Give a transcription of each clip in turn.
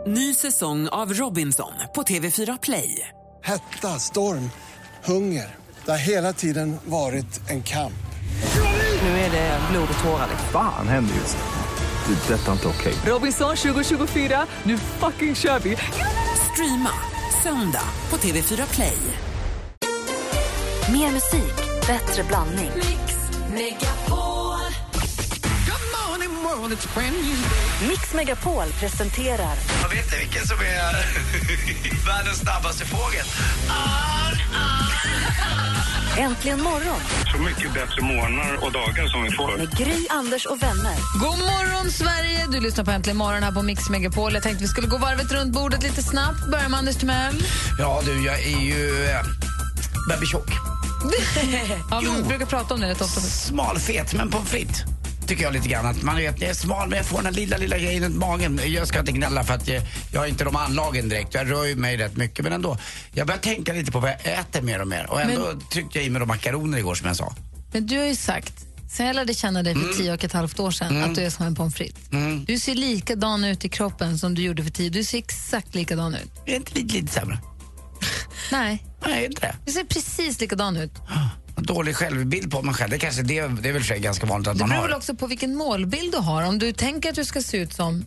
Ny säsong av Robinson på TV4 Play. Hetta, storm, hunger. Det har hela tiden varit en kamp. Nu är det blod och tårar. Fan händer just nu. Det. Detta är inte okej. Robinson 2024, nu fucking kör vi. Streama söndag på TV4 Play. Mer musik, bättre blandning. Mix Megapol presenterar... Jag vet inte vilken som är världens snabbaste fågel. Äntligen morgon. Så mycket bättre morgnar och dagar som vi får. Med Gry, Anders och vänner. God morgon Sverige, du lyssnar på Äntligen morgon här på Mix Megapol. Jag tänkte vi skulle gå varvet runt bordet lite snabbt. Börjar med Anders Timell. Ja du, jag är ju babytjock. Ja, vi brukar prata om det rätt ofta. Smalfet, men pommes frites. Tycker jag lite grann att man vet, jag är smal men jag får den lilla grejen runt magen. Jag ska inte gnälla för att jag har inte de anlagen direkt. Jag rör ju mig rätt mycket, men ändå. Jag börjar tänka lite på vad jag äter mer och mer. Och ändå tryckte jag i mig de makaroner igår som jag sa. Men du har ju sagt, sen jag lärde känna dig för 10,5 år sedan, att du är som en pommes frites. Du ser likadan ut i kroppen som du gjorde för 10. Du ser exakt likadan ut. Är det inte lite sämre? Nej, inte det. du ser precis likadan ut. Dålig självbild på mig själv. Det är väl för ganska vanligt att man har. Det beror väl också på vilken målbild du har. Om du tänker att du ska se ut som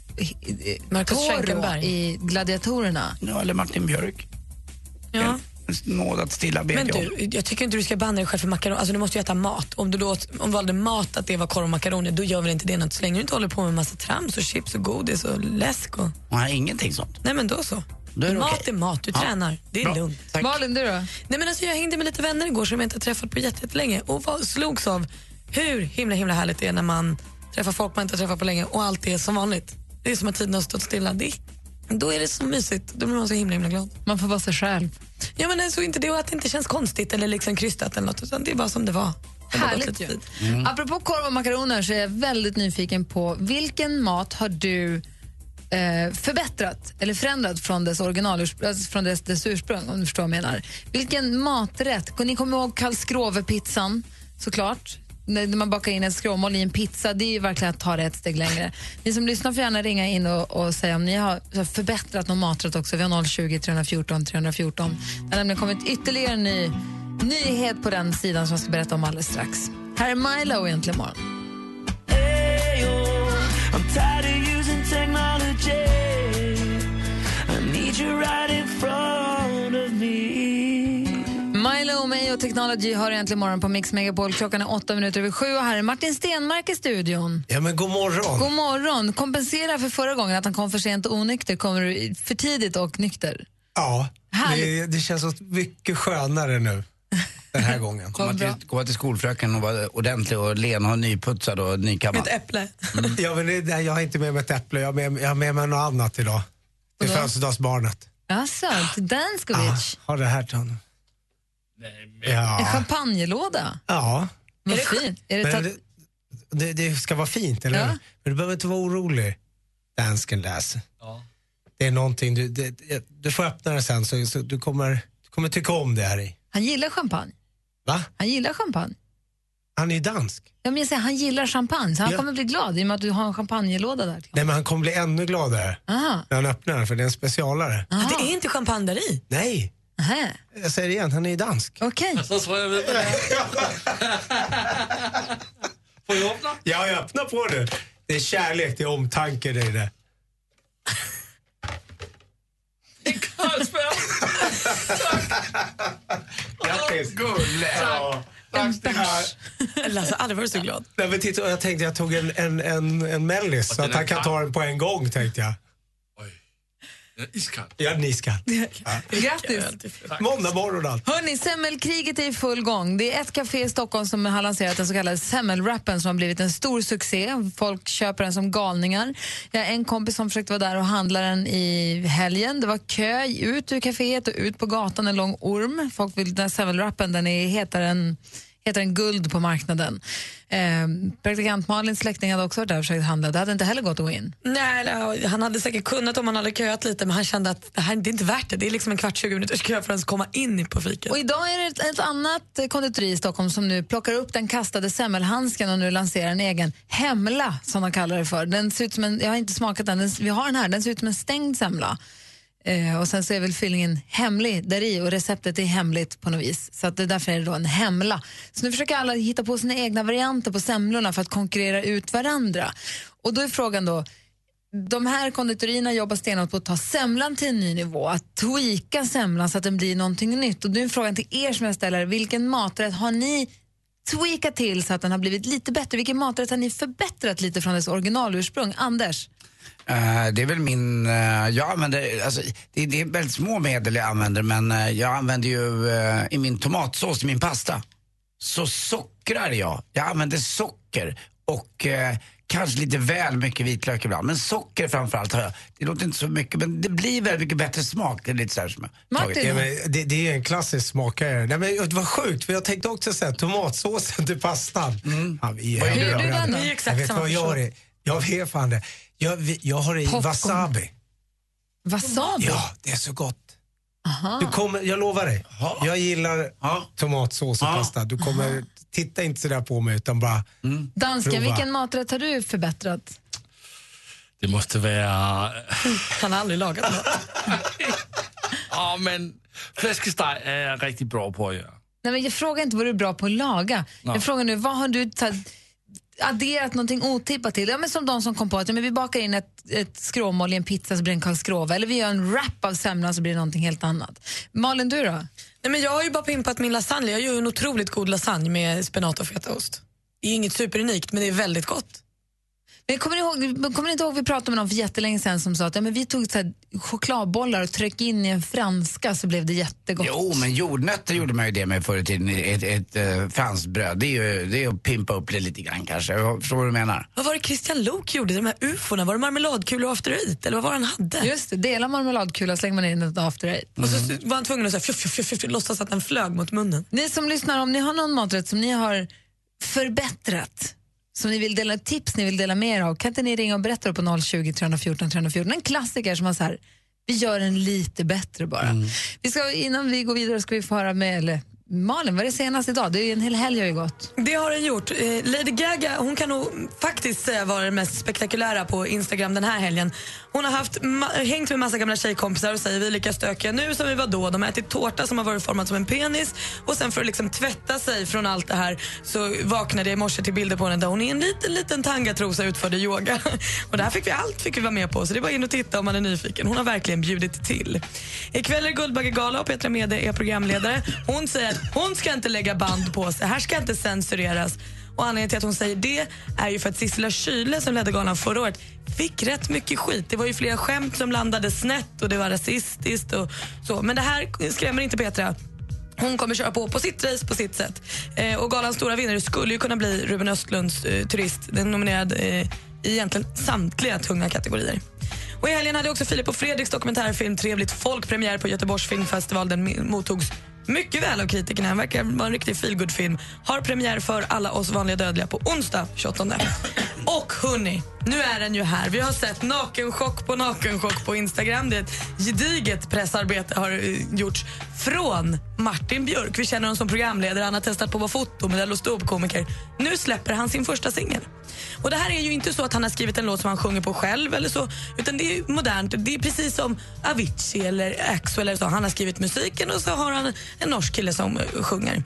Marcus Toro i Gladiatorerna. Ja, eller Martin Björk. Ja. Nådat stilla ben. Men du, jag tycker inte du ska banda dig själv för makaroner. Alltså du måste ju äta mat. Om du valde mat att det var korv och makaroner, då gör väl inte det något. Så länge du inte håller på med massa trams och chips och godis och läsk och... Nej, ingenting sånt. Nej, men då så. Mat är mat, du tränar. Det är lugnt. Tack. Malin, du då? Nej, men alltså jag hängde med lite vänner igår som jag inte har träffat på jättelänge och slogs av hur himla härligt det är när man träffar folk man inte har träffat på länge och allt är som vanligt. Det är som att tiden har stått stilla. Då är det så mysigt. Då blir man så himla glad. Man får vara sig själv. Ja, men alltså inte det att det inte känns konstigt eller liksom krystat eller något, utan det är bara som det var. Härligt ju. Apropå korv och makaroner så är jag väldigt nyfiken på vilken mat har du förbättrat eller förändrat från dess från dess ursprung, om du förstår vad jag menar. Vilken maträtt? Ni kommer ihåg Karlskrovepizzan, såklart. När man bakar in ett skråmål i en pizza, det är ju verkligen att ta det ett steg längre. Ni som lyssnar får gärna ringa in och säga om ni har förbättrat någon maträtt också. Vi har 020 314 314. Det har nämligen kommit ytterligare en nyhet på den sidan som jag ska berätta om alldeles strax. Här är Milo egentligen morgon. I'm tired of using technology. I need you right in front of me. Milo och mig och Technology har egentligen morgon på Mix Megapol. Klockan är 8:07 och här är Martin Stenmark i studion. Ja, men god morgon. God morgon. Kompensera för förra gången att han kom för sent och onykter. Kommer du för tidigt och nykter? Ja, det känns så mycket skönare nu. Den här gången. Komma till skolfröken och vara ordentlig och len och nyputsad och nykammad. Med ett äpple. Ja, men jag har inte med mig ett äpple. Jag har med mig något annat idag. Det är födelsedagsbarnet. Alltså, till Danskovic. Har det här till honom. Ja. En champagnelåda? Ja. Vad fint. Det ska vara fint, eller? Ja. Men du behöver inte vara orolig. Dansken läser. Ja. Det är någonting, du får öppna det sen så du kommer tycka om det här i. Han gillar champagne. Va? Han gillar champagne. Han är ju dansk. Ja, men jag säger, han gillar champagne, så han kommer bli glad i och med att du har en champagnelåda där. Nej, men han kommer bli ännu gladare när han öppnar den, för det är en specialare. Det är inte champagne där i? Nej. Aha. Jag säger det igen, han är dansk. Okej. Så får jag vidare. Får jag öppna? Ja, jag öppnar på det. Det är kärlek, det är omtanke, det är det. Karlsberg. Grattis. Gulle. Ja. Alltså, aldrig var du så glad. Nej, men titta, jag tänkte jag tog en mellis så att han kan ta den på en gång, tänkte jag. Iskall. Ja, ni ska. Grattis. Måndag morgon allt. Hörrni, semmelkriget är i full gång. Det är ett café i Stockholm som har lanserat den så kallade semmelwrappen som har blivit en stor succé. Folk köper den som galningar. Jag har en kompis som försökte vara där och handla den i helgen. Det var kö ut ur caféet och ut på gatan, en lång orm. Folk vill, den semmelwrappen, den är hetare än heter den Guld på marknaden. Praktikant Malins släkting hade också varit där och försökt handla. Det hade inte heller gått att gå in. Nej, han hade säkert kunnat om han hade köat lite, men han kände att det är inte värt det. Det är liksom en 20 minuters kö för att komma in på fiket. Och idag är det ett annat konditori i Stockholm som nu plockar upp den kastade semmelhandsken och nu lanserar en egen hemla, som de kallar det för. Den ser ut som jag har inte smakat den, vi har den här, den ser ut som en stängd semla. Och sen så är väl fyllningen hemlig där i och receptet är hemligt på något vis. Så att det därför är det då en hemla. Så nu försöker alla hitta på sina egna varianter på semlorna för att konkurrera ut varandra. Och då är frågan då, de här konditorierna jobbar stenhårt på att ta semlan till en ny nivå, att tweaka semlan så att den blir någonting nytt. Och nu är frågan till er som jag ställer, vilken maträtt har ni tweakat till så att den har blivit lite bättre? Vilken maträtt har ni förbättrat lite från dess originalursprung? Anders? Det är väl min, jag använder, alltså, det är väldigt små medel jag använder, men jag använder ju i min tomatsås, i min pasta, så sockrar jag använder socker och kanske lite väl mycket vitlök ibland, men socker framförallt har jag. Det låter inte så mycket, men det blir väldigt mycket bättre smak. Det är lite så här som Martin? Det är en klassisk smakare. Nej, men det var sjukt, för jag tänkte också säga tomatsåsen till pastan. Vad gör du den då? Jag vet vad jag gör. Jag vet fan det. Jag har i wasabi. Wasabi? Ja, det är så gott. Jag lovar dig. Jag gillar tomatsås och pasta. Du kommer titta inte så där på mig utan bara Dansken, prova. vilken maträtt har du förbättrat? Det måste vara... Han har aldrig lagat något. Ja, men fläskesteg är jag riktigt bra på att göra. Nej, men jag frågar inte vad du är bra på att laga. Jag frågar nu, vad har du adderat någonting otippat till? Ja, men som de som kom på att vi bakar in ett skråmål i en pizza så blir det en kalskrova. Eller vi gör en wrap av semlan så blir det någonting helt annat. Malin, du då? Nej, men jag har ju bara pimpat min lasagne. Jag gör en otroligt god lasagne med spenat och fetaost. Det är inget superunikt, men det är väldigt gott. Men kommer ni inte ihåg vi pratade med någon för jättelänge sedan som sa att vi tog så här chokladbollar och tryckte in i en franska så blev det jättegott. Jo, men jordnötter gjorde man ju det med förr i tiden, ett franskt bröd. Det är att pimpa upp det lite grann kanske. Jag förstår vad du menar. Vad var det Christian Lok gjorde? De här uforna, var det marmeladkulor och after eight? Eller vad var han hade? Just det, dela marmeladkula slänger man in ett after eight. Och så var han tvungen att säga låtsas att den flög mot munnen. Ni som lyssnar, om ni har någon maträtt som ni har förbättrat, som ni vill dela tips, ni vill dela mer av, kan inte ni ringa och berätta på 020 314 314. En klassiker som man så här, vi gör en lite bättre bara. Vi ska, innan vi går vidare ska vi få höra med Malin, vad är det senast idag? Det är ju en hel helg har ju gått. Det har den gjort. Lady Gaga, hon kan nog faktiskt säga vara det mest spektakulära på Instagram den här helgen. Hon har hängt med massa gamla tjejkompisar och säger vi är lika stökiga nu som vi var då. De har ätit tårta som har varit formad som en penis och sen för att liksom tvätta sig från allt det här så vaknade jag i morse till bilder på henne där hon är en liten tangatrosa utförde yoga. Och det här fick vi vara med på, så det är bara in och titta om man är nyfiken. Hon har verkligen bjudit till. Ikväll är det Guldbaggegala och Petra Mede är programledare. Hon säger att hon ska inte lägga band på sig. Här ska inte censureras. Och anledningen till att hon säger det är ju för att Sissela Kyle som ledde galan förra året fick rätt mycket skit. Det var ju flera skämt som landade snett och det var rasistiskt och så. Men det här skrämmer inte Petra. Hon kommer köra på sitt race på sitt sätt. Och galans stora vinnare skulle ju kunna bli Ruben Östlunds turist. Den är nominerad i egentligen samtliga tunga kategorier. Och i helgen hade också Filip och Fredriks dokumentärfilm Trevligt folk premiär på Göteborgs filmfestival. Den mottogs mycket väl av kritikerna. Den verkar vara en riktig feelgood-film. Har premiär för alla oss vanliga dödliga på onsdag 28. Och hörni, nu är den ju här. Vi har sett nakenchock på Instagram. Det är ett gediget pressarbete har gjorts från Martin Björk. Vi känner honom som programledare. Han har testat på att vara fotomodell och ståuppkomiker. Nu släpper han sin första singel. Och det här är ju inte så att han har skrivit en låt som han sjunger på själv eller så, utan det är modernt. Det är precis som Avicii eller Axel eller så. Han har skrivit musiken och så har han en norsk kille som sjunger.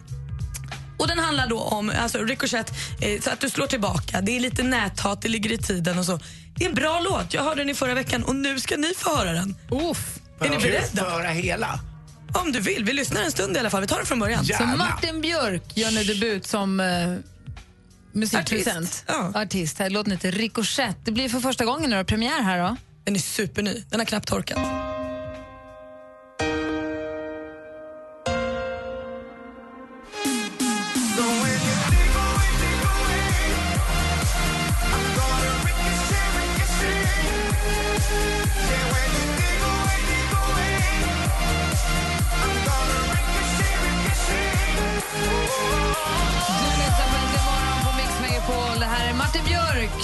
Och den handlar då om Ricochet, så att du slår tillbaka. Det är lite näthat, det ligger i tiden och så. Det är en bra låt. Jag hörde den i förra veckan och nu ska ni få höra den. Är ni beredda? Få höra hela? Om du vill. Vi lyssnar en stund i alla fall. Vi tar det från början. Så Martin Björk gör nu debut som musikproducent. Artist. Här låten heter Ricochet. Det blir för första gången nu premiär här då. Den är superny. Den har knappt torkat.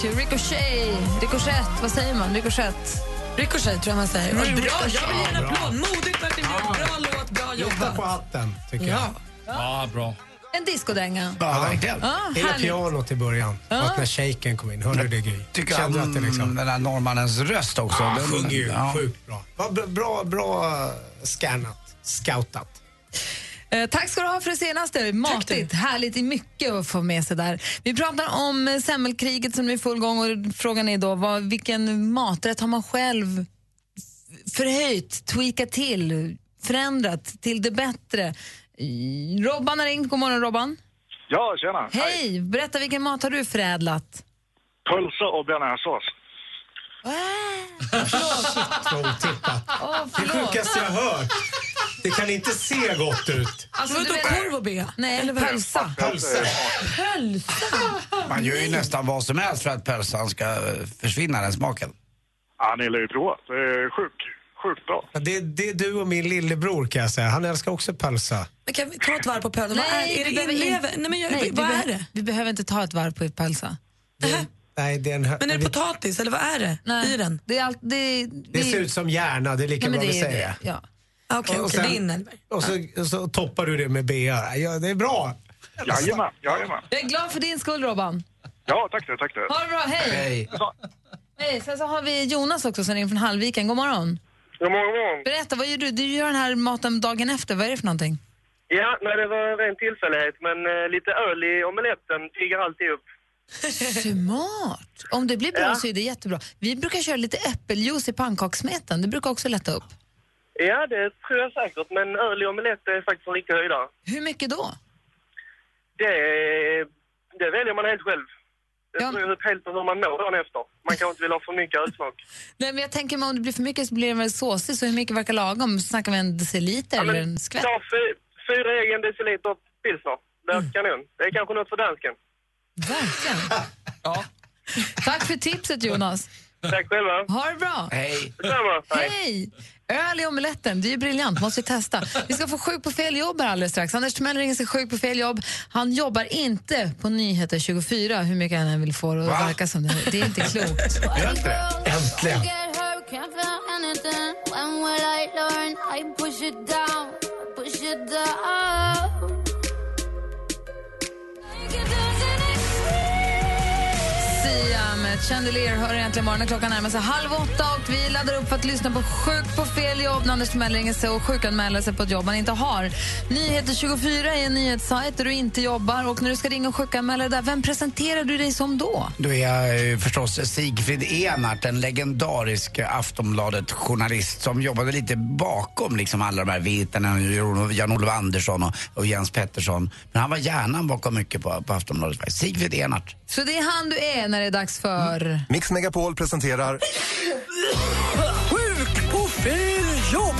Ricochet, vad säger man? Ricochet tror jag man säger. Bra, jag vill ge en applåd. Modigt, Martin Björk. Bra låt, bra jobbat. Lyfta på hatten, tycker jag. Ja, bra. En discodänga. Ja, verkligen. Hela pianot i början. Och att när shaken kom in, hörde det Gry. Tycker jag att det liksom... den här norrmannens röst också. Ja, sjunger ju sjukt bra. Bra scoutat. Tack ska du ha för det senaste. Matigt, härligt, mycket att få med sig där. Vi pratar om semmelkriget som är i full gång och frågan är då vilken maträtt har man själv förhöjt, tweakat till, förändrat till det bättre. Robban har ringt. God morgon, Robban. Ja, tjena. Hej, berätta vilken mat har du förädlat? Pölsa och bearnaisesås. Det sjukaste jag hört. Det kan inte se gott ut. Alltså du korv och bea? Nej, eller pölsa. Pölsa. Man gör ju nästan vad som helst för att pölsan ska försvinna, den smaken. Ja, ni lär ju prova. Det är sjukt bra. Det är du och min lillebror, kan jag säga. Han älskar också pölsa. Men kan vi ta ett varv på pölsa? Vad är det? Vi behöver inte ta ett varv på pölsa. Nej, det är men är det potatis eller vad är det i den? Det ser ut som hjärna, det är lika bra vi säger. Ja. Okej, det innebär. Och så toppar du det med bea. Ja, det är bra. Jajamän. Jag är glad för din skull, Robban. Ja, tack det. Ha det bra, hej. Hej, sen så har vi Jonas också som är från Hallviken. God morgon. God morgon. Berätta, vad gör du? Du gör den här maten dagen efter. Vad är det för någonting? Ja, det var en ren tillfällighet, men lite öl i omeletten piggar alltid upp. Smart. Om det blir bra så är det jättebra. Vi brukar köra lite äppeljuice i pannkakssmeten. Det brukar också lätta upp. Ja, det tror jag säkert, men öl i omelett är faktiskt en riktig höjdare. Hur mycket då? Det väljer man helt själv. Det beror helt på hur man mår dagen efter. Man kan inte vilja ha för mycket ölsmak. Nej, men jag tänker om det blir för mycket så blir det väl såsigt. Så hur mycket verkar lagom? Snackar vi en deciliter eller en skvätt? Ta 4 egen deciliter pilsner. Det är kanon. Det är kanske något för dansken. Verkligen. Ja. Tack för tipset, Jonas. Tack själva. Ha det bra. Hej. Hej. Öl i omeletten, det är ju briljant, måste vi testa. Vi ska få sjuk på fel jobb här alldeles strax. Anders Timell ringer sig sjuk på fel jobb. Han jobbar inte på Nyheter 24, hur mycket han än vill få det att verka som det. Det är inte klokt. Äntligen. Chandelier hör egentligen morgonen. Klockan närmar sig 7:30 och vi laddar upp för att lyssna på Sjuk på fel jobb när Anders Timell ringer sig och sjukanmäler sig på ett jobb man inte har. Nyheter 24 är en nyhetssajt där du inte jobbar och när du ska ringa och sjukanmäla där, vem presenterar du dig som då? Då är jag förstås Sigfrid Enart, en legendarisk Aftonbladet-journalist som jobbade lite bakom liksom alla de här vitarna, Jan-Olof Andersson och Jens Pettersson. Men han var hjärnan bakom mycket på Aftonbladet. Sigfrid Enart. Så det är han du är när det är dags för... Mix Megapol presenterar... Sjuk på fel jobb!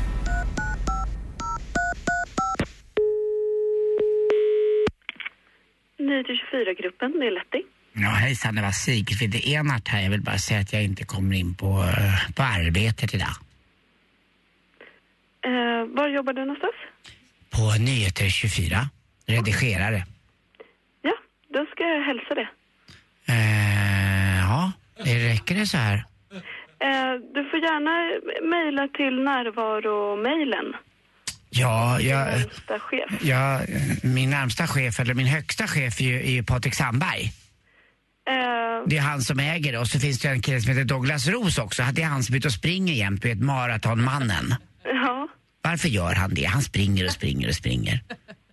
Nyheter 24-gruppen, det är Letty. Ja, hejsan, det var Sigfrid Enart här. Jag vill bara säga att jag inte kommer in på arbetet idag. Var jobbar du någonstans? På Nyheter 24. Redigerare. Ja, då ska jag hälsa det. Ja, det räcker det så här. Du får gärna mejla till närvaro-mejlen. Min närmsta chef, eller min högsta chef är ju Patrik Sandberg. Det är han som äger det. Och så finns det en kille som heter Douglas Ros också. Det är han som är ute och springer jämt, vet, maratonmannen. Ja. Varför gör han det? Han springer och springer och springer.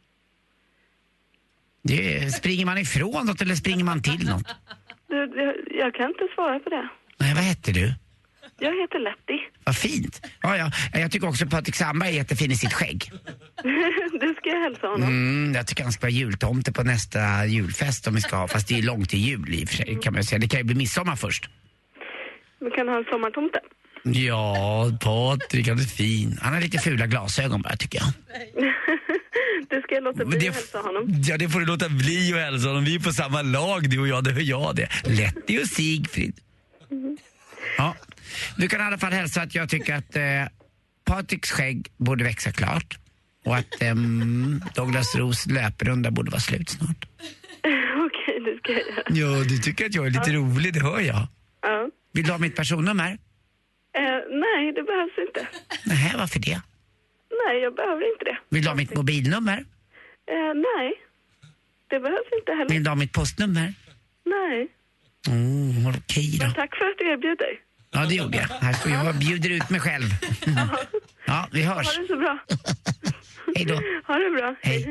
Springer man ifrån något eller springer man till något? Jag kan inte svara på det. Nej, vad heter du? Jag heter Letty. Vad fint. Ja. Jag tycker också Patrik Sandberg är jättefin i sitt skägg. Det ska jag hälsa honom. Jag tycker han ska vara jultomte på nästa julfest om vi ska ha. Fast det är långt till jul i och för sig, kan man säga. Det kan ju bli midsommar först. Vi kan ha en sommartomte. Ja, Patrik, han är fin. Han har lite fula glasögon bara, tycker jag. Det ska jag låta bli att hälsa honom. Ja, det får du låta bli att hälsa honom. Vi är på samma lag, du och jag, det hör jag det. Letty och Sigfrid. Ja, du kan i alla fall hälsa att jag tycker att Patriks skägg borde växa klart. Och att Douglas Ros löprunda borde vara slut snart. Okej, det ska jag göra. Ja, du tycker att jag är lite rolig, det hör jag. Ja. Vill du ha mitt personnummer? Nej, det behövs inte. Nej, varför det? Nej, jag behöver inte det. Vill du ha mitt mobilnummer? Nej, det behövs inte heller. Vill du ha mitt postnummer? Nej. Okej då. Men tack för att du erbjöd dig. Ja, det gjorde jag. Här står jag och bjuder ut mig själv. Ja, vi hörs. Ha det så bra. Hej då. Ha det bra. Hej.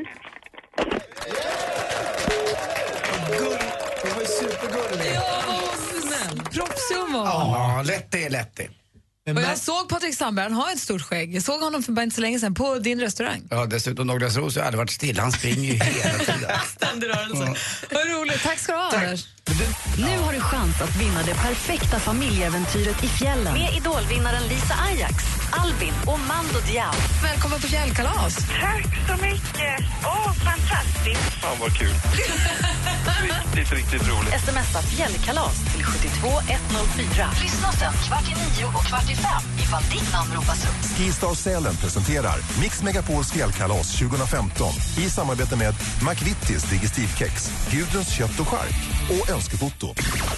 Det var ju supergulligt. Ja, vad snäll. Proffsig hon var. Ja, lätt det är lätt det. Och jag såg Patrik Sandberg, han har ett stort skägg. Jag såg honom för bara inte så länge sedan på din restaurang. Ja, dessutom Douglas Roos har aldrig varit still. Han springer ju hela tiden. Ständig rörelse. Vad roligt. Tack ska du ha, Anders. Nu har du chans att vinna det perfekta familjeäventyret i fjällen med idolvinnaren Lisa Ajax, Albin och Mando Diao. Välkommen på fjällkalas. Tack så mycket. Fantastiskt. Fan vad kul. Riktigt roligt. Smsa fjällkalas till 72104. Lyssna sen 8:45 och 5:15 ifall ditt namn ropas upp. Skistar Sälen presenterar Mix Megapols fjällkalas 2015 i samarbete med McVittys Digestivkex, Gudruns kött och chark och Önskefoto.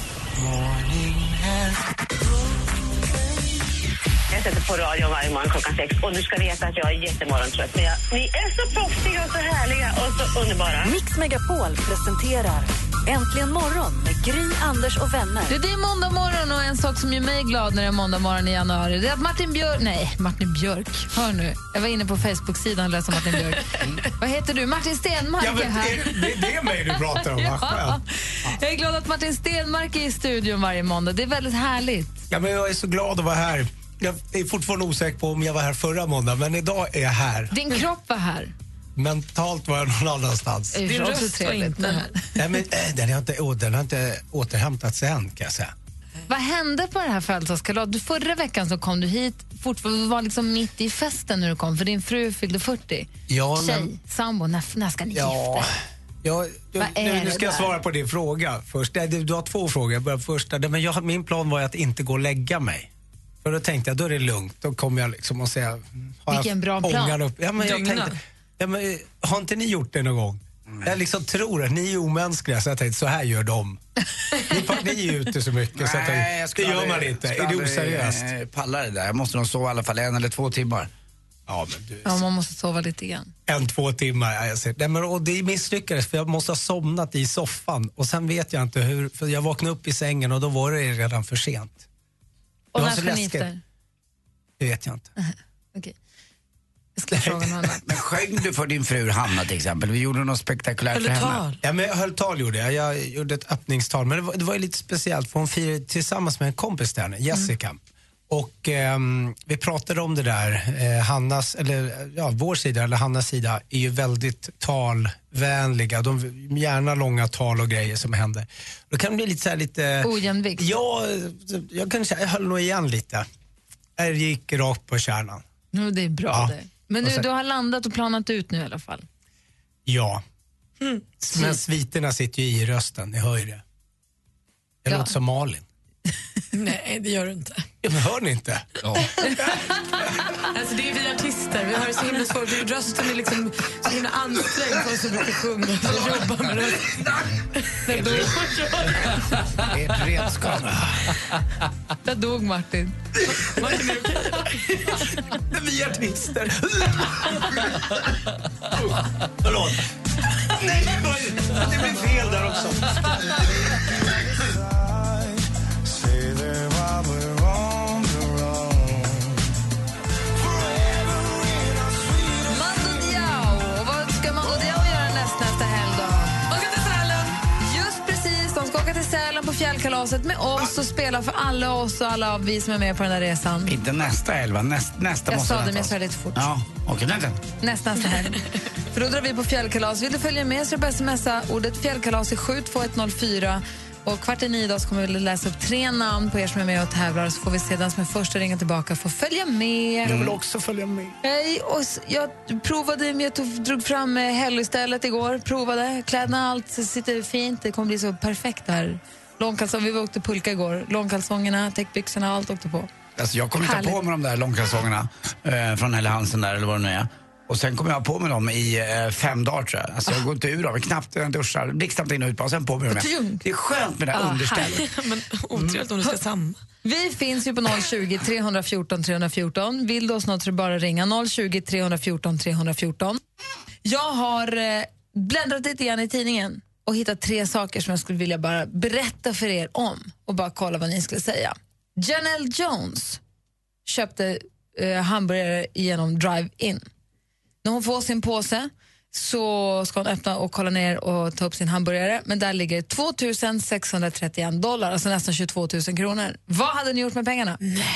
Jag sätter på radion varje morgon klockan 6 och du ska veta att jag är jättemorgontrött. Men ni är så proffsiga och så härliga och så underbara. Mix Megapol presenterar Äntligen morgon med Gry, Anders och vänner. Det är måndag morgon och en sak som gör mig glad när det är måndag morgon i januari, det är att Martin Björk, hör nu, jag var inne på Facebook-sidan och läste Martin Björk. Vad heter du? Martin Stenmark är här. Det är mig du pratar om. Ja. Jag är glad att Martin Stenmark är i studion varje måndag, det är väldigt härligt. Ja, men jag är så glad att vara här. Jag är fortfarande osäker på om jag var här förra måndag, men idag är jag här. Din kropp var här. Mentalt var jag någon annanstans. Din röst var inte här. Nej, men den har inte återhämtats än, kan jag säga. Vad hände på det här födelsedagskalaset? Förra veckan så kom du hit, fortfarande var liksom mitt i festen när du kom, för din fru fyllde 40. Ja, sambo, när ska ni gifta er? Nu ska jag svara på din fråga först. Du har två frågor. Jag börjar första. Men min plan var att inte gå och lägga mig. För då tänkte jag, då är det lugnt. Då kommer jag liksom och säga... Vilken bra plan. Upp. Ja, men jag tänkte, har inte ni gjort det någon gång? Jag liksom tror att ni är omänskliga, så jag tänkte, så här gör de. Ni är ute så mycket. Nej, så det gör man inte. Är det oseriöst? Pallar det där. Jag måste nog sova i alla fall 1 eller 2 timmar. Ja, men ja, man måste sova lite grann. 1-2 timmar. Och det misslyckades för jag måste ha somnat i soffan. Och sen vet jag inte hur, för jag vaknade upp i sängen och då var det redan för sent. Och när ska ni gifta er? Det vet jag inte. Okej. Jag ska fråga någon annan. Men sjöng du för din fru Hanna till exempel? Vi gjorde något spektakulärt för henne. Ja, men jag höll tal gjorde jag. Jag gjorde ett öppningstal. Men det var ju lite speciellt för hon firade tillsammans med en kompis där, Jessica. Och vi pratade om det där. Hannas, eller ja, vår sida eller Hannas sida är ju väldigt talvänliga. De gärna långa tal och grejer som händer. Då kan det bli lite så här lite... ojämvikt. Ja, jag höll nog igen lite. Jag gick rakt på kärnan. Nu det är bra det. Men nu, du har landat och planat ut nu i alla fall. Ja. Men sviterna sitter ju i rösten, ni hör ju det. Jag låter som Malin. Nej, det gör du inte. Ja, men hör ni inte? Ja. Alltså det är vi artister, vi har så himla svårt. Rösten är liksom så himla ansträngd för oss som brukar sjunga och jobba med rösten. Det är ett redskap. Där dog Martin. Martin är okej. Vi är artister. Förlåt. Nej, det blir fel där också. Mando Diao. Vad ska Mando Diao göra nästa helg då? Åka till Sälen. Just precis, de ska åka till Sälen på fjällkalaset med oss och spela för alla oss och alla vi som är med på den här resan. Inte nästa helg, va? Nästa jag måste sa det, men jag sa det lite fort. Ja, okej, nästa helg. För då drar vi på fjällkalas. Vill du följa med så är det smsa ordet fjällkalas i 72104. Och 8:45 idag så kommer vi läsa upp 3 namn på er som är med och tävlar. Så får vi se den som är första ringa tillbaka får följa med. Jag vill också följa med. Och jag provade, jag drog fram Hello-stället igår. Provade, kläderna, allt sitter fint. Det kommer bli så perfekt där. Långkalsonger, vi åkte pulka igår. Långkalsongerna, täckbyxorna, allt åkte på. Alltså jag kommer inte på med de där långkalsongerna från Helle Hansen där eller vad det nu är. Och sen kommer jag på med dem i 5 dagar tror jag. Alltså jag går inte ur dem, knappt duschar, blixtsnabbt in och ut bara, och sen på med dem. Det är skönt med det här understället. Men otrevligt om du ska samma. Vi finns ju på 020-314 314. Vill du oss något så bara ringa 020-314 314. Jag har bläddrat lite grann i tidningen och hittat 3 saker som jag skulle vilja bara berätta för er om och bara kolla vad ni skulle säga. Janelle Jones köpte hamburgare genom drive-in. När hon får sin påse så ska hon öppna och kolla ner och ta upp sin hamburgare, men där ligger $2,631, alltså nästan 22 000 kronor. Vad hade ni gjort med pengarna?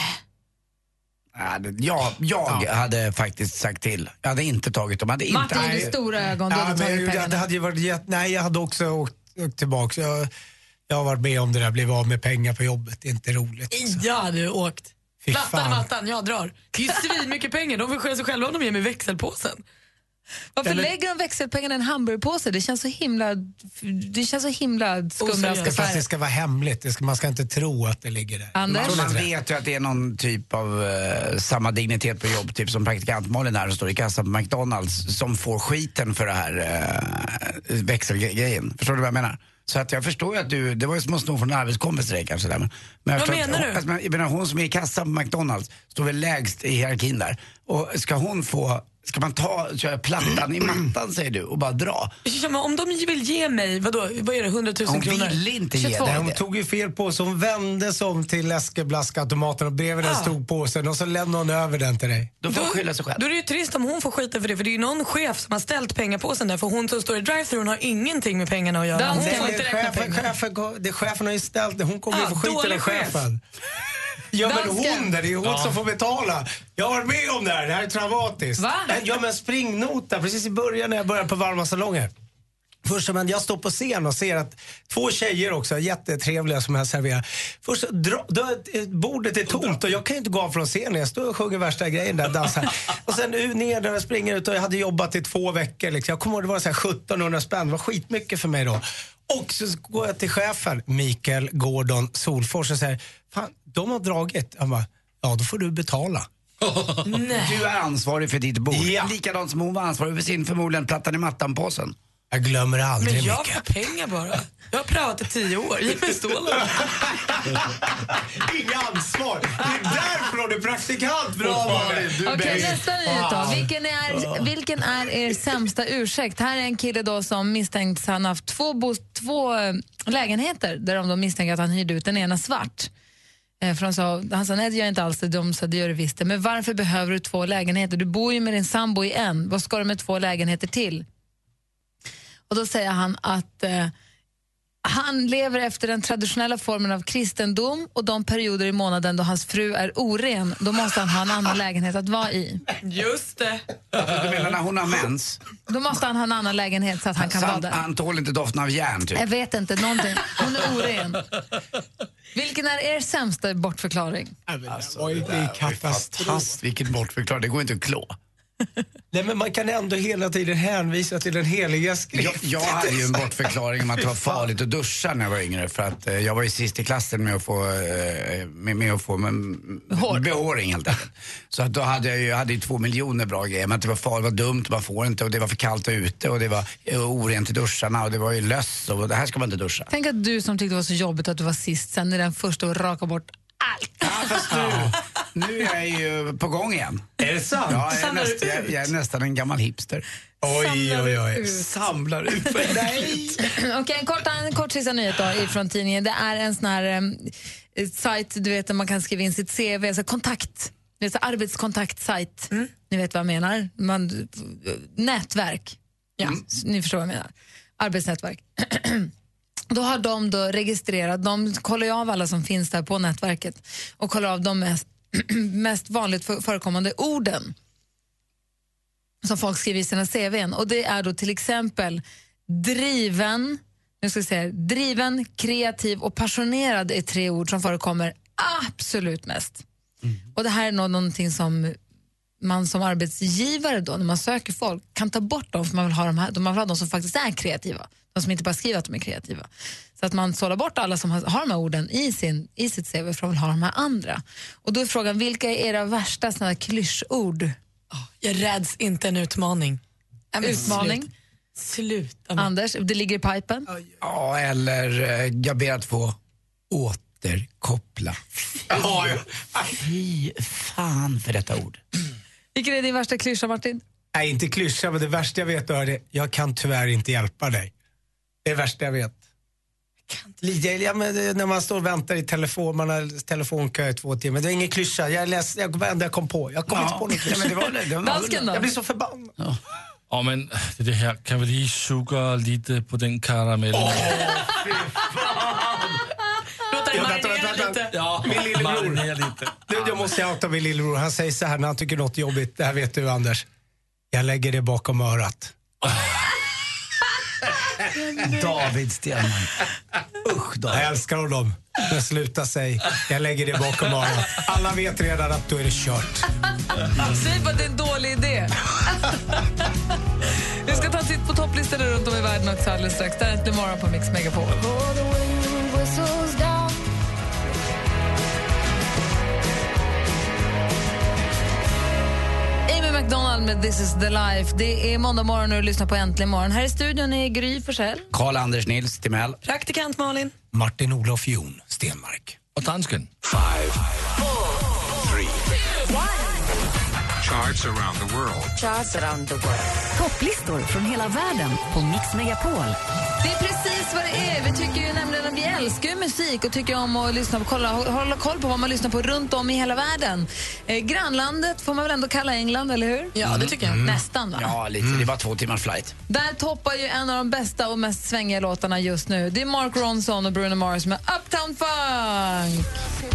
Jag hade faktiskt sagt till. Jag hade inte tagit dem. Martin hade stora ögon, du hade tagit pengarna. Det hade ju varit, jag hade också åkt tillbaka. Jag har varit med om det där, blivit av med pengar på jobbet. Det är inte roligt. Alltså. Jag hade åkt. Plattan, mattan, jag drar. Det är ju svin mycket pengar. De får sköta sig själva om de ger mig växelpåsen. Varför lägger de växelpengarna i en hamburgerpåse? Det känns så himla skumraskaffär. Fast det ska vara hemligt. Man ska inte tro att det ligger där. Man vet ju att det är någon typ av samma dignitet på jobb, typ som praktikant Malin här som står i kassan på McDonalds, som får skiten för det här växelgrejen. Förstår du vad jag menar? Så att jag förstår ju att det var ju som att sno från en arbetskompis till dig kanske där. Men vad menar du? Jag menar, hon som är i kassan på McDonalds står väl lägst i hierarkin där. Och ska man köra plattan i mattan, säger du, och bara dra? Ja, men om de vill ge mig, vad är det, 100 000 kronor? Hon vill inte ge det. Hon tog ju fel på, så hon vände sig om till läskeblaskautomaten och bredvid den stod påsen och så lämnade hon över den till dig. Då får hon skylla sig själv. Då är det ju trist om hon får skita för det, för det är ju någon chef som har ställt pengapåsen där, för hon som står i drive-thru har ingenting med pengarna att göra. Chefen har ju ställt det, hon kommer ju få skiten av chefen. Ja, men hon där, det är hon som får betala. Jag har varit med om det här är traumatiskt. Va? Ja, men springnota precis i början när jag började på varma salonger. Först men jag står på scen och ser att 2 tjejer också, jättetrevliga, som jag serverar. Först bordet är tomt och jag kan ju inte gå av från scenen. Jag står och sjunger värsta grejen där, dansar. Och sen ner där jag springer ut och jag hade jobbat i 2 veckor. Liksom. Jag kommer ihåg, det var så här 1700 spänn. Det var skitmycket för mig då. Och så går jag till chefen, Mikael Gordon Solfors, och säger, fan, de har dragit. Han bara, ja, då får du betala. Du är ansvarig för ditt bord. Ja. Likadant som hon var ansvarig för sin förmodligen plattan i mattan-påsen. Jag glömmer aldrig mycket. Men jag får pengar bara. Jag har prövat i 10 år. Ge mig stålen. Inga ansvar. Det är därför hon är praktikant. Bra, Okej, nästa nyhet då. Vilken är er sämsta ursäkt? Här är en kille då som misstänks han haft 2 lägenheter där de misstänker att han hyrde ut den ena svart. Han sa, nej, det gör inte alls det. De sa, det gör det visst. Men varför behöver du 2 lägenheter? Du bor ju med din sambo i en. Vad ska du med 2 lägenheter till? Och då säger han att han lever efter den traditionella formen av kristendom, och de perioder i månaden då hans fru är oren, då måste han ha en annan lägenhet att vara i. Just det. Du menar när hon har mens? Då måste han ha en annan lägenhet så att han kan vara där. Han tål inte doften av järn, typ? Jag vet inte, någonting. Hon är oren. Vilken är er sämsta bortförklaring? Alltså, det är katastrof. Vilken bortförklaring, det går inte att klå. Nej, men man kan ändå hela tiden hänvisa till den heliga skriften. Jag hade ju en bortförklaring om att det var farligt att duscha när jag var yngre, för att jag var ju sist i klassen med att få behåring helt enkelt. Så att då hade jag 2 miljoner bra grejer, men att det var farligt, var dumt, man får inte, och det var för kallt ute, och det var orent i duscharna, och det var ju löss, och det här ska man inte duscha. Tänk att du som tyckte det var så jobbigt att du var sist, sen är den första att raka bort allt. Ja, fast nu är jag ju på gång igen. Är det sant? Ja, jag är nästan en gammal hipster. Oj. Samlar ut. Okej, en kort sista nyhet då från tidningen. Det är en sån här sajt, du vet, där man kan skriva in sitt CV, alltså kontakt. Det är så arbetskontaktsajt. Ni vet vad jag menar. Nätverk. Ja, ni förstår vad jag menar. Arbetsnätverk. Då har de då registrerat, de kollar ju av alla som finns där på nätverket och kollar av de mest vanligt förekommande orden som folk skriver i sina CV:n. Och det är då till exempel driven, kreativ och passionerad är 3 ord som förekommer absolut mest. Och det här är någonting som man som arbetsgivare då, när man söker folk, kan ta bort dem, för man vill ha man vill ha de som faktiskt är kreativa. De som inte bara skriver att de är kreativa. Så att man sållar bort alla som har de här orden i sitt CV för att vill ha de här andra. Och då är frågan, vilka är era värsta såna här klyschord? Jag räds inte en utmaning. Utmaning? Sluta. Anders, det ligger i pipen? Ja, eller jag ber att få återkoppla. Fy fan för detta ord. Vilken är din värsta klyscha, Martin? Nej, inte klyscha, men det värsta jag vet är det. Jag kan tyvärr inte hjälpa dig. Det är det värsta jag vet. När man står och väntar i telefon, man har telefonkö i 2 timmar. Det är ingen klyscha. Jag kom på. Jag kom inte på någon klyscha. Dansken då? Jag blir så förbannad. Ja, men det här kan vi lige suga lite på den karamellen. Låt dig marinera lite. Ja, min lillebror. Lite. Jag måste outa min lillebror. Han säger så här när han tycker något jobbigt. Det här vet du, Anders. Jag lägger det bakom örat. David Stenman. Usch, David. Jag älskar honom. Men sluta sig. Jag lägger det bakom örat. Alla vet redan att då är det kört. Säg bara att det är en dålig idé. Vi ska ta en titt på topplistorna runt om i världen också alldeles strax. Det är Äntligen morgon på Mix Megapol. McDonald med This is the life. Det är måndag morgon och du lyssnar på Äntligen morgon. Här i studion är Gry Forssell, Karl-Anders Nils Timell, praktikant Malin, Martin Olof Jon Stenmark och dansken. 5, 4, 3, 1. Charts around the world. Charts around the world. Topplistor från hela världen på Mix Megapol. Det är precis vad det är. Vi tycker ju nämligen att vi älskar ju musik och tycker om att lyssna på, hålla koll på vad man lyssnar på runt om i hela världen. Grannlandet får man väl ändå kalla England, eller hur? Ja, det tycker jag. Nästan, va? Ja, lite. Det är bara 2 timmars flight. Där toppar ju en av de bästa och mest svängiga låtarna just nu. Det är Mark Ronson och Bruno Mars med Uptown Funk.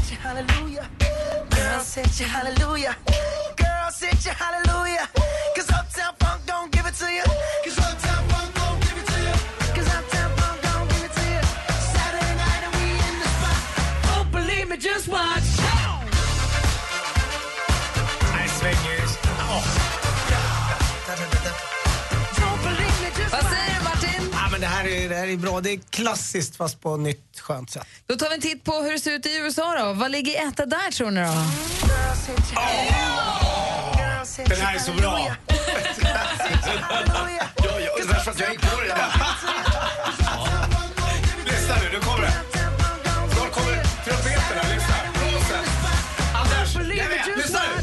Girl, sit you hallelujah. Girl, sit you hallelujah. 'Cause Uptown Funk don't give it to you. 'Cause Uptown Funk don't give it to you. 'Cause Uptown Funk don't give it to you. Saturday night and we in the spot. Don't believe me, just watch. Nej, svänger. Vad säger du, Martin? Ja, men det här är bra. Det är klassiskt fast på nytt skönt sätt. Då tar vi en titt på hur det ser ut i USA då. Vad ligger etta där, tror ni då? Den här är så bra. Jag gick på det. Lyssna nu, nu kommer det. Snart kommer trumpeterna, lyssna. Anders, lyssna nu.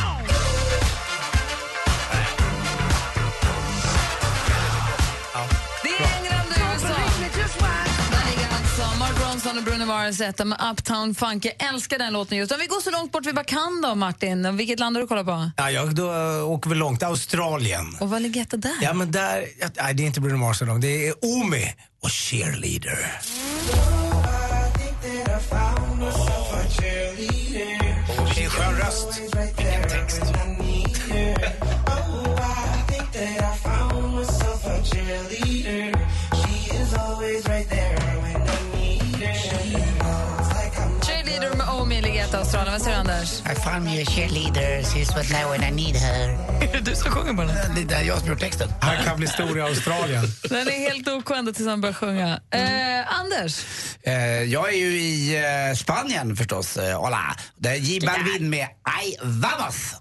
Det är England och USA. Där ligger alltså Mark Ronson och Bruno Mars etta med Uptown Funk. Jag älskar den låten just. Om vi går så långt bort vi bara kan då, Martin. Vilket land har du kollat på? Ja, då åker vi långt. Australien. Och vad ligger etta där? Ja, men där... Nej, det är inte Bruno Mars. Det är Omi och Cheerleader. Det är skön röst. Ingen text. Cheerleader med Omi ligger etta Australien. Vad säger du, Anders? I found me a cheerleader, she's what now when I need her. Är det du som sjunger på den? Det är jag som gjort texten. Han kan bli stor i Australien. Den är helt OK ända tills han börjar sjunga. Anders? Jag är ju i Spanien förstås. Hola. Det är J Balvin med Ay vamos.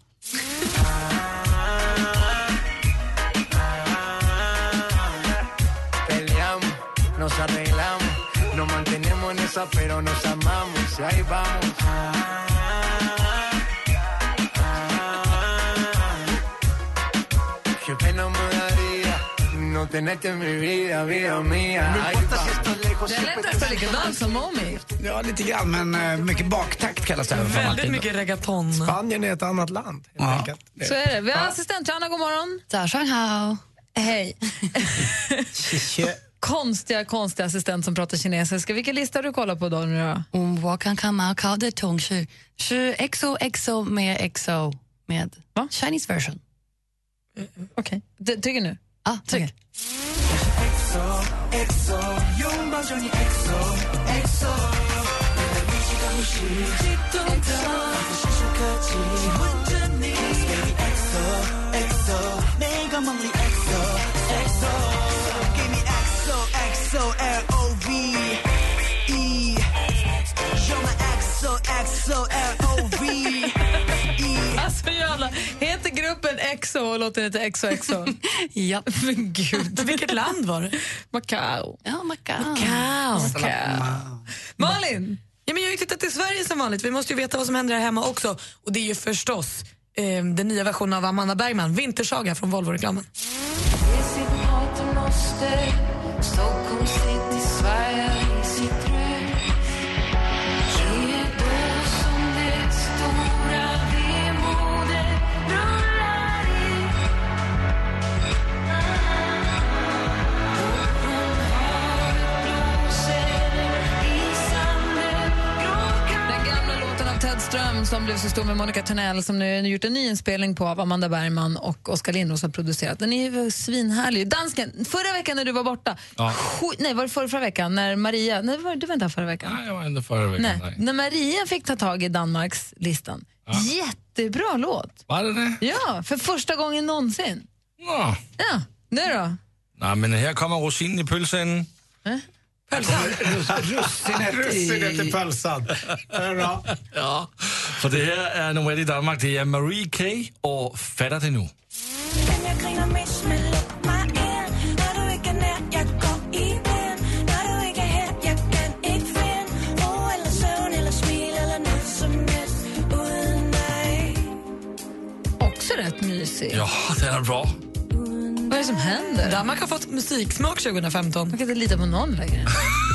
Peleamos, nos arreglamos, nos mantenemos en esa pero nos amamos y ahí vamos. Qué pena me daría no tenerte en mi vida, vida mía. Det är lätt att spela likadant som Omi. Ja, lite grann, men mycket baktakt kallas det. Väldigt mycket reggaeton. Spanien är ett annat land, helt enkelt. Så är det. Vi har assistent Johanna, god morgon. Hao. Hej. konstiga assistent som pratar kinesiska. Vilken lista har du kollat på då nu då? 我刚刚嘛考的同学是 XOXO med EXO med Chinese version. Okej. Tycker nu? Ja, tycker. Alltså jävla, heter lägger upp en EXO och låter den heta EXO. Ja. Men gud. Vilket land var det? Macau. Ja, Macau. Malin? Ja, men jag har ju tittat till Sverige som vanligt. Vi måste ju veta vad som händer här hemma också. Och det är ju förstås den nya versionen av Amanda Bergman, Vintersaga från Volvo-reklamen. Stockholm City, Sverige i sitt röd. Det är då som det stora vemodet rullar in. Den gamla låten av Ted Ström som blev så stor med Monica Törnell som nu gjort en ny inspelning på av Amanda Bergman och Oskar Lindros har producerat. Den är ju svinhärlig. Dansken, förra veckan när du var borta. Ja. Nej, var det förra veckan när Maria... Nej, du var inte förra veckan. Nej, jag var inte förra veckan. Nej. När Maria fick ta tag i Danmarks listan. Ja. Jättebra låt. Var det? Ja, för första gången någonsin. Ja. Ja, nu då? Nej, men här kommer rosinen i pölsen. Russinet i pölsan. Ja, för det här är nummer 1 i Danmark. Det är Marie K. och Fatter det nu. Också rätt mysig. Ja, det är bra. Vad är det som händer? Danmark har fått musiksmak 2015. Man kan inte lita på någon längre.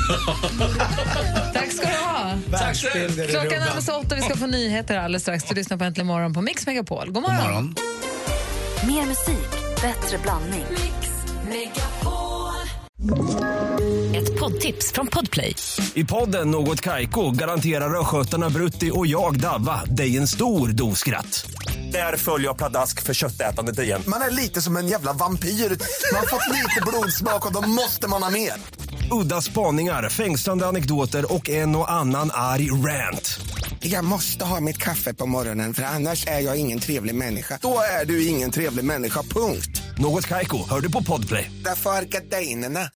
Tack ska du ha. Klockan är så 8, vi ska få nyheter alldeles strax. Du lyssnar på Äntligen morgon på Mix Megapol. God morgon. God morgon. Mer musik, bättre blandning. Mix Megapol. Ett poddtips från Podplay. I podden Något Kaiko garanterar skötarna Brutti och jag Davva dig en stor doskratt. Där följer jag pladask för köttätandet igen. Man är lite som en jävla vampyr. Man har fått lite blodsmak och då måste man ha mer. Udda spaningar, fängslande anekdoter och en och annan arg rant. Jag måste ha mitt kaffe på morgonen för annars är jag ingen trevlig människa. Då är du ingen trevlig människa, punkt. Något Kaiko, hör du på Podplay. Därför är gardinerna.